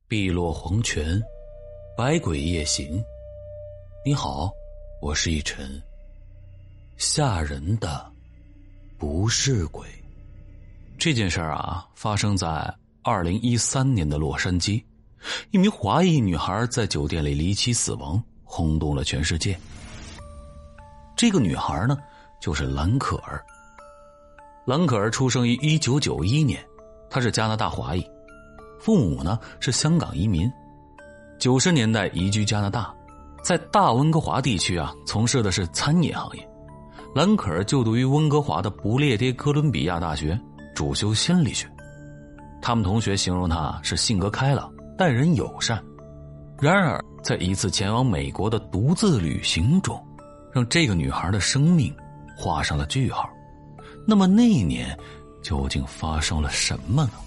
碧落黄泉，百鬼夜行。你好，我是一晨。吓人的不是鬼。这件事啊，发生在2013年的洛杉矶，一名华裔女孩在酒店里离奇死亡，轰动了全世界。这个女孩呢，就是兰可儿。兰可儿出生于1991年，她是加拿大华裔，父母呢是香港移民，90年代移居加拿大，在大温哥华地区啊从事的是餐饮行业。兰可儿就读于温哥华的不列颠哥伦比亚大学，主修心理学。他们同学形容她是性格开朗，待人友善。然而在一次前往美国的独自旅行中，让这个女孩的生命画上了句号。那么那一年究竟发生了什么呢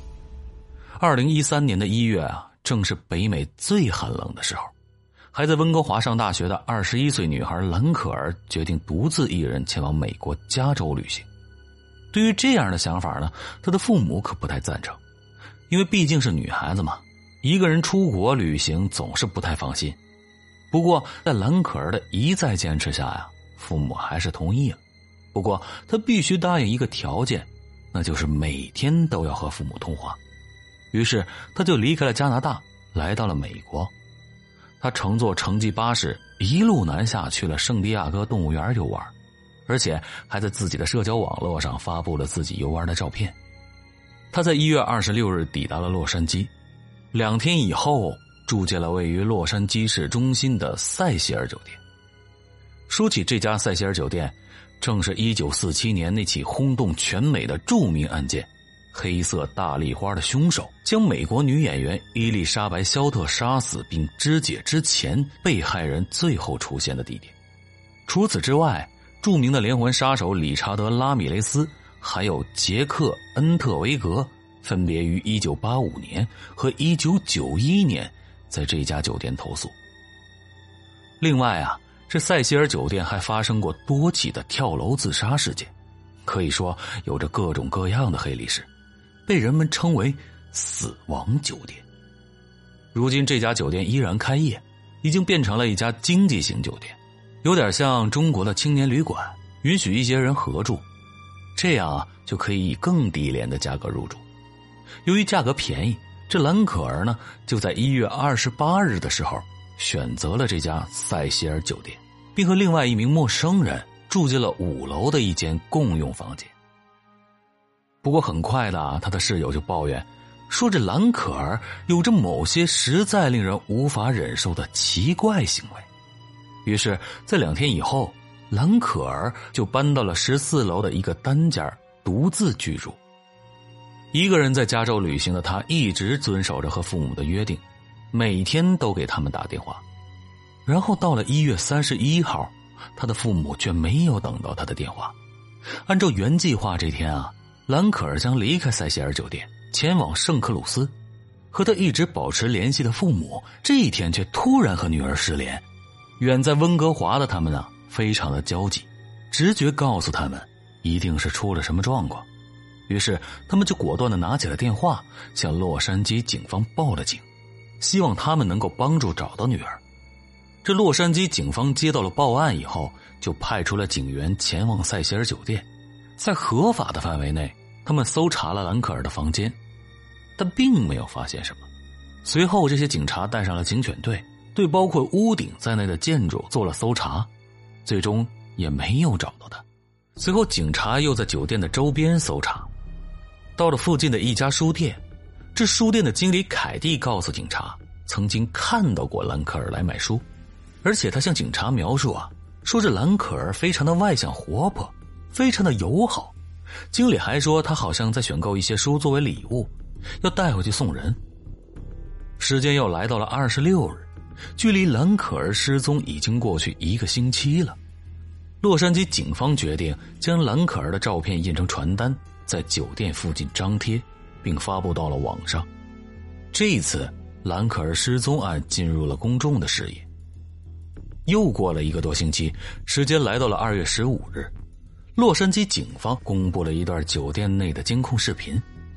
？2013年的1月啊，正是北美最寒冷的时候。还在温哥华上大学的21岁女孩兰可儿决定独自一人前往美国加州旅行。对于这样的想法呢，她的父母可不太赞成，因为毕竟是女孩子嘛，一个人出国旅行总是不太放心。不过在兰可儿的一再坚持下呀，父母还是同意了。不过她必须答应一个条件，那就是每天都要和父母通话。于是她就离开了加拿大，来到了美国。她乘坐城际巴士一路南下去了圣地亚哥动物园游玩，而且还在自己的社交网络上发布了自己游玩的照片。她在1月26日抵达了洛杉矶，2天以后住进了位于洛杉矶市中心的塞西尔酒店。说起这家塞西尔酒店，正是1947年那起轰动全美的著名案件，黑色大丽花的凶手将美国女演员伊丽莎白·肖特杀死并肢解之前，被害人最后出现的地点。除此之外，著名的连环杀手理查德·拉米雷斯还有杰克·恩特维格分别于1985年和1991年在这家酒店投诉。另外啊，这塞西尔酒店还发生过多起的跳楼自杀事件，可以说有着各种各样的黑历史，被人们称为死亡酒店。如今这家酒店依然开业，已经变成了一家经济型酒店，有点像中国的青年旅馆，允许一些人合住，这样啊就可以以更低廉的价格入住。由于价格便宜，这兰可儿呢就在1月28日的时候选择了这家塞西尔酒店，并和另外一名陌生人住进了5楼的一间共用房间。不过很快的啊，他的室友就抱怨说，这兰可儿有着某些实在令人无法忍受的奇怪行为。于是在2天以后，兰可儿就搬到了14楼的一个单间独自居住。一个人在加州旅行的他一直遵守着和父母的约定，每天都给他们打电话。然后到了1月31号，他的父母却没有等到他的电话。按照原计划，这天啊，兰可儿将离开塞西尔酒店前往圣克鲁斯，和他一直保持联系的父母这一天却突然和女儿失联。远在温哥华的他们啊，非常的焦急，直觉告诉他们一定是出了什么状况。于是他们就果断地拿起了电话，向洛杉矶警方报了警，希望他们能够帮助找到女儿。这洛杉矶警方接到了报案以后，就派出了警员前往塞西尔酒店。在合法的范围内，他们搜查了兰可儿的房间，但并没有发现什么。随后这些警察带上了警犬队，对包括屋顶在内的建筑做了搜查，最终也没有找到他。随后警察又在酒店的周边搜查，到了附近的一家书店，这书店的经理凯蒂告诉警察，曾经看到过兰可儿来买书，而且他向警察描述啊，说这兰可儿非常的外向活泼，非常的友好。经理还说他好像在选购一些书作为礼物，要带回去送人。时间又来到了26日，距离兰可儿失踪已经过去1个星期了。洛杉矶警方决定将兰可儿的照片印成传单，在酒店附近张贴，并发布到了网上。这一次兰可儿失踪案进入了公众的视野。又过了1个多星期，时间来到了2月15日，洛杉矶警方公布了一段酒店内的监控视频。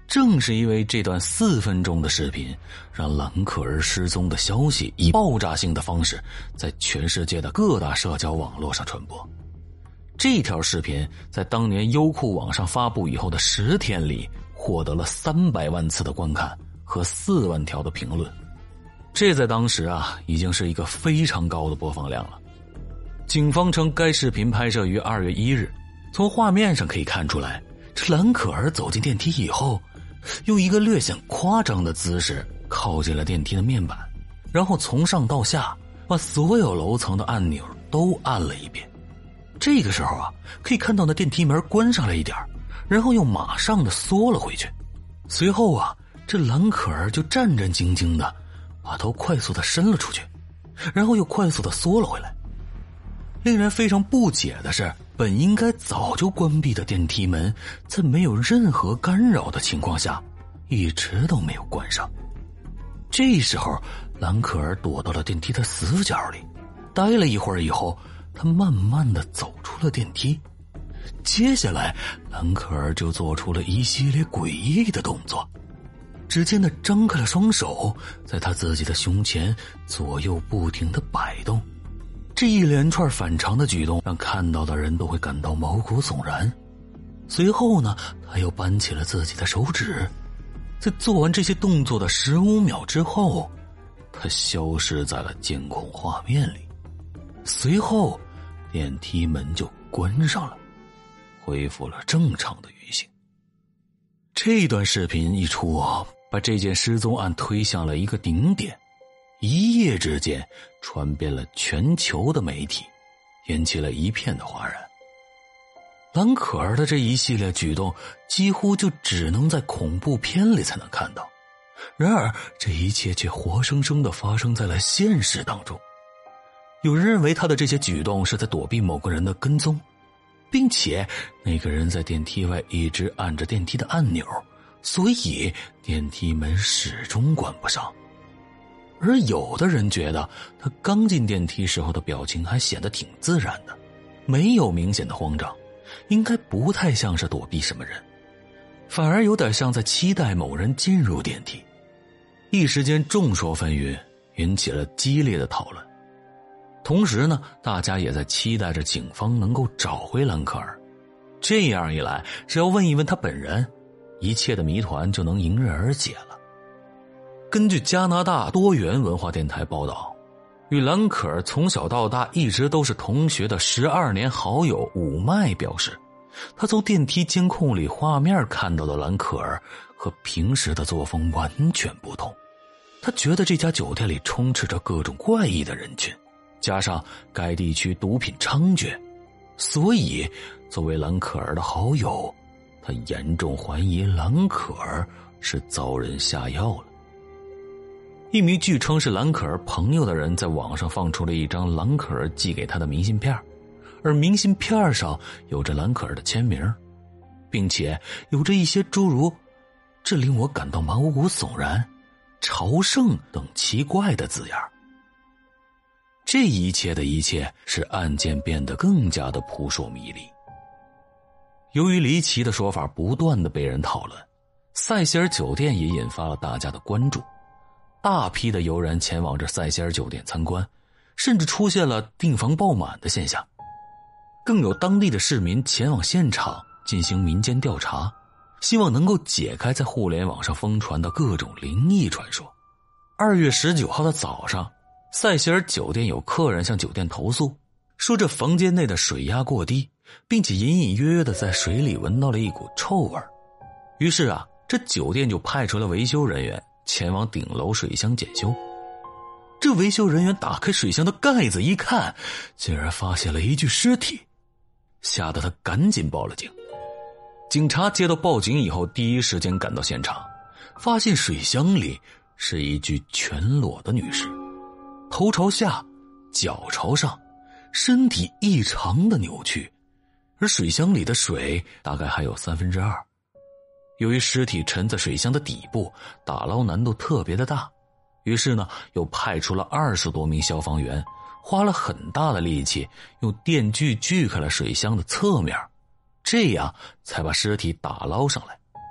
正是因为这段4分钟的视频，让兰可儿失踪的消息以爆炸性的方式在全世界的各大社交网络上传播。这条视频在当年优酷网上发布以后的10天里，获得了300万次的观看和4万条的评论。这在当时已经是一个非常高的播放量了。警方称该视频拍摄于2月1日，从画面上可以看出来，这兰可儿走进电梯以后，用一个略显夸张的姿势靠近了电梯的面板，然后从上到下把所有楼层的按钮都按了一遍。这个时候可以看到那电梯门关上了一点，然后又马上的缩了回去。随后这兰可儿就战战兢兢的把头快速的伸了出去，然后又快速的缩了回来。令人非常不解的是，本应该早就关闭的电梯门，在没有任何干扰的情况下，一直都没有关上。这时候，兰可儿躲到了电梯的死角里，待了一会儿以后，她慢慢的走出了电梯。接下来，兰可儿就做出了一系列诡异的动作。只见她张开了双手，在她自己的胸前左右不停的摆动。这一连串反常的举动让看到的人都会感到毛骨悚然。随后呢，他又扳起了自己的手指，在做完这些动作的15秒之后，他消失在了监控画面里。随后电梯门就关上了，恢复了正常的运行。这段视频一出把这件失踪案推向了一个顶点，一夜之间传遍了全球的媒体，引起了一片的哗然。兰可儿的这一系列举动几乎就只能在恐怖片里才能看到，然而这一切却活生生地发生在了现实当中。有人认为他的这些举动是在躲避某个人的跟踪，并且那个人在电梯外一直按着电梯的按钮，所以电梯门始终关不上。而有的人觉得他刚进电梯时候的表情还显得挺自然的，没有明显的慌张，应该不太像是躲避什么人，反而有点像在期待某人进入电梯。一时间众说纷纭，引起了激烈的讨论。同时呢，大家也在期待着警方能够找回兰可儿，这样一来，只要问一问他本人，一切的谜团就能迎刃而解了。根据加拿大多元文化电台报道，与兰可儿从小到大一直都是同学的12年好友武麦表示，他从电梯监控里画面看到的兰可儿和平时的作风完全不同。他觉得这家酒店里充斥着各种怪异的人群，加上该地区毒品猖獗，所以作为兰可儿的好友，他严重怀疑兰可儿是遭人下药了。一名据称是兰可儿朋友的人在网上放出了一张兰可儿寄给他的明信片，而明信片上有着兰可儿的签名，并且有着一些诸如“这令我感到毛骨悚然”“朝圣”等奇怪的字眼。这一切的一切使案件变得更加的扑朔迷离。由于离奇的说法不断的被人讨论，塞西尔酒店也引发了大家的关注。大批的游人前往这塞西尔酒店参观，甚至出现了订房爆满的现象。更有当地的市民前往现场进行民间调查，希望能够解开在互联网上疯传的各种灵异传说。2月19号的早上，塞西尔酒店有客人向酒店投诉，说这房间内的水压过低，并且隐隐约约的在水里闻到了一股臭味。于是这酒店就派出了维修人员前往顶楼水箱检修。这维修人员打开水箱的盖子一看，竟然发现了一具尸体，吓得他赶紧报了警。警察接到报警以后，第一时间赶到现场，发现水箱里是一具全裸的女尸，头朝下，脚朝上，身体异常的扭曲，而水箱里的水大概还有2/3。由于尸体沉在水箱的底部，打捞难度特别的大，于是呢，又派出了20多名消防员，花了很大的力气，用电锯锯开了水箱的侧面，这样才把尸体打捞上来。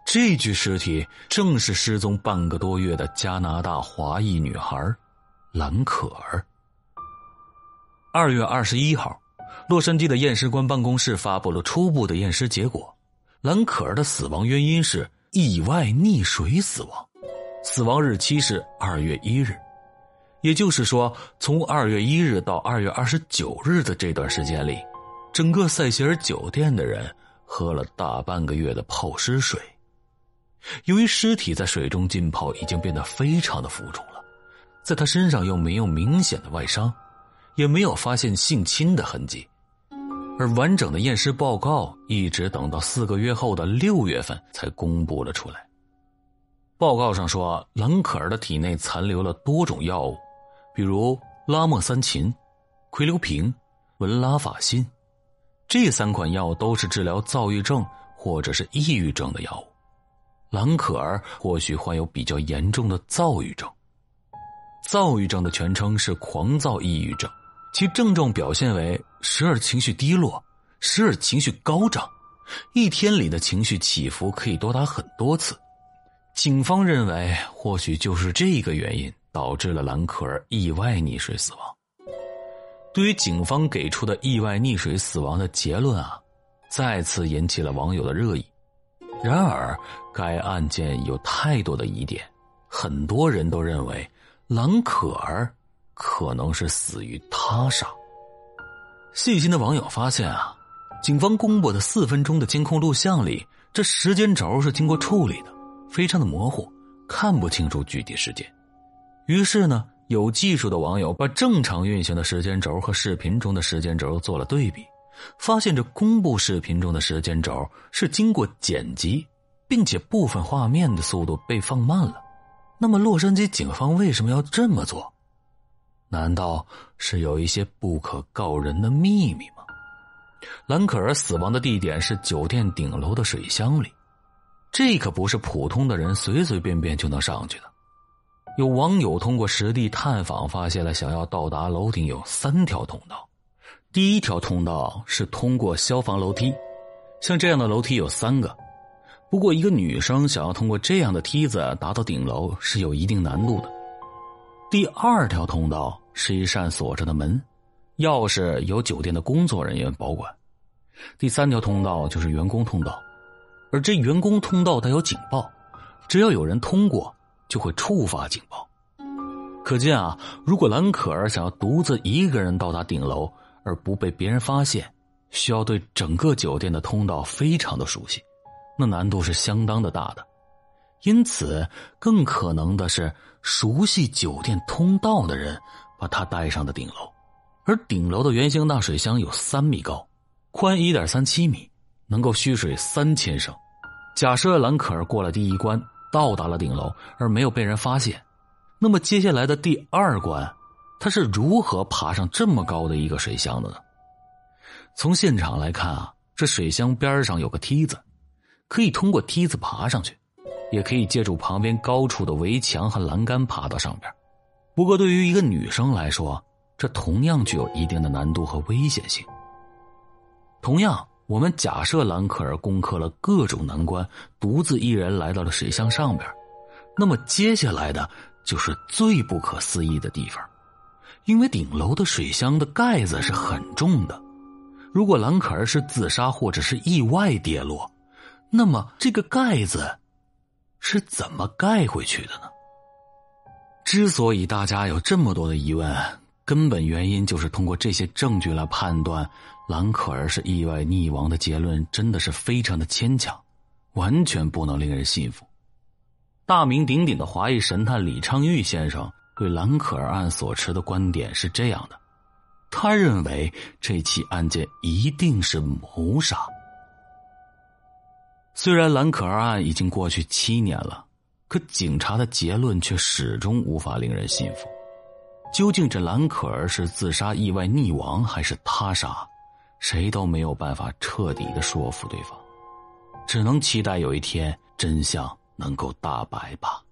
这具尸体正是失踪半个多月的加拿大华裔女孩兰可儿。2月21号，洛杉矶的验尸官办公室发布了初步的验尸结果，兰可儿的死亡原因是意外溺水死亡，死亡日期是2月1日。也就是说，从2月1日到2月29日的这段时间里，整个塞西尔酒店的人喝了大半个月的泡尸水。由于尸体在水中浸泡已经变得非常的浮肿了，在他身上又没有明显的外伤，也没有发现性侵的痕迹，而完整的验尸报告一直等到4个月后的6月份才公布了出来。报告上说，兰可儿的体内残留了多种药物，比如拉莫三嗪、喹硫平、文拉法辛，这3款药都是治疗躁郁症或者是抑郁症的药物。兰可儿或许患有比较严重的躁郁症。躁郁症的全称是狂躁抑郁症，其症状表现为时而情绪低落，时而情绪高涨，一天里的情绪起伏可以多达很多次。警方认为或许就是这个原因导致了兰可儿意外溺水死亡。对于警方给出的意外溺水死亡的结论再次引起了网友的热议。然而该案件有太多的疑点，很多人都认为兰可儿可能是死于他杀。细心的网友发现警方公布的4分钟的监控录像里，这时间轴是经过处理的，非常的模糊，看不清楚具体时间。于是呢，有技术的网友把正常运行的时间轴和视频中的时间轴做了对比，发现这公布视频中的时间轴是经过剪辑，并且部分画面的速度被放慢了。那么洛杉矶警方为什么要这么做？难道是有一些不可告人的秘密吗？兰可儿死亡的地点是酒店顶楼的水箱里，这可不是普通的人随随便便就能上去的。有网友通过实地探访发现了想要到达楼顶有3条通道。第一条通道是通过消防楼梯，像这样的楼梯有3个，不过一个女生想要通过这样的梯子达到顶楼是有一定难度的。第2条通道是一扇锁着的门，钥匙由酒店的工作人员保管。第3条通道就是员工通道，而这员工通道带有警报，只要有人通过就会触发警报。可见如果兰可儿想要独自一个人到达顶楼而不被别人发现，需要对整个酒店的通道非常的熟悉，那难度是相当的大的。因此更可能的是熟悉酒店通道的人把他带上的顶楼。而顶楼的圆形大水箱有3米高，宽 1.37 米，能够蓄水3000升。假设兰可儿过了第1关，到达了顶楼而没有被人发现，那么接下来的第2关他是如何爬上这么高的一个水箱的呢？从现场来看这水箱边上有个梯子，可以通过梯子爬上去，也可以借助旁边高处的围墙和栏杆爬到上边。不过对于一个女生来说，这同样具有一定的难度和危险性。同样，我们假设兰可儿攻克了各种难关，独自一人来到了水箱上边，那么接下来的就是最不可思议的地方。因为顶楼的水箱的盖子是很重的，如果兰可儿是自杀或者是意外跌落，那么这个盖子是怎么盖回去的呢？之所以大家有这么多的疑问，根本原因就是通过这些证据来判断兰可儿是意外溺亡的结论真的是非常的牵强，完全不能令人信服。大名鼎鼎的华裔神探李昌钰先生对兰可儿案所持的观点是这样的，他认为这起案件一定是谋杀。虽然兰可儿案已经过去7年了，可警察的结论却始终无法令人信服。究竟这兰可儿是自杀意外溺亡还是他杀，谁都没有办法彻底的说服对方，只能期待有一天真相能够大白吧。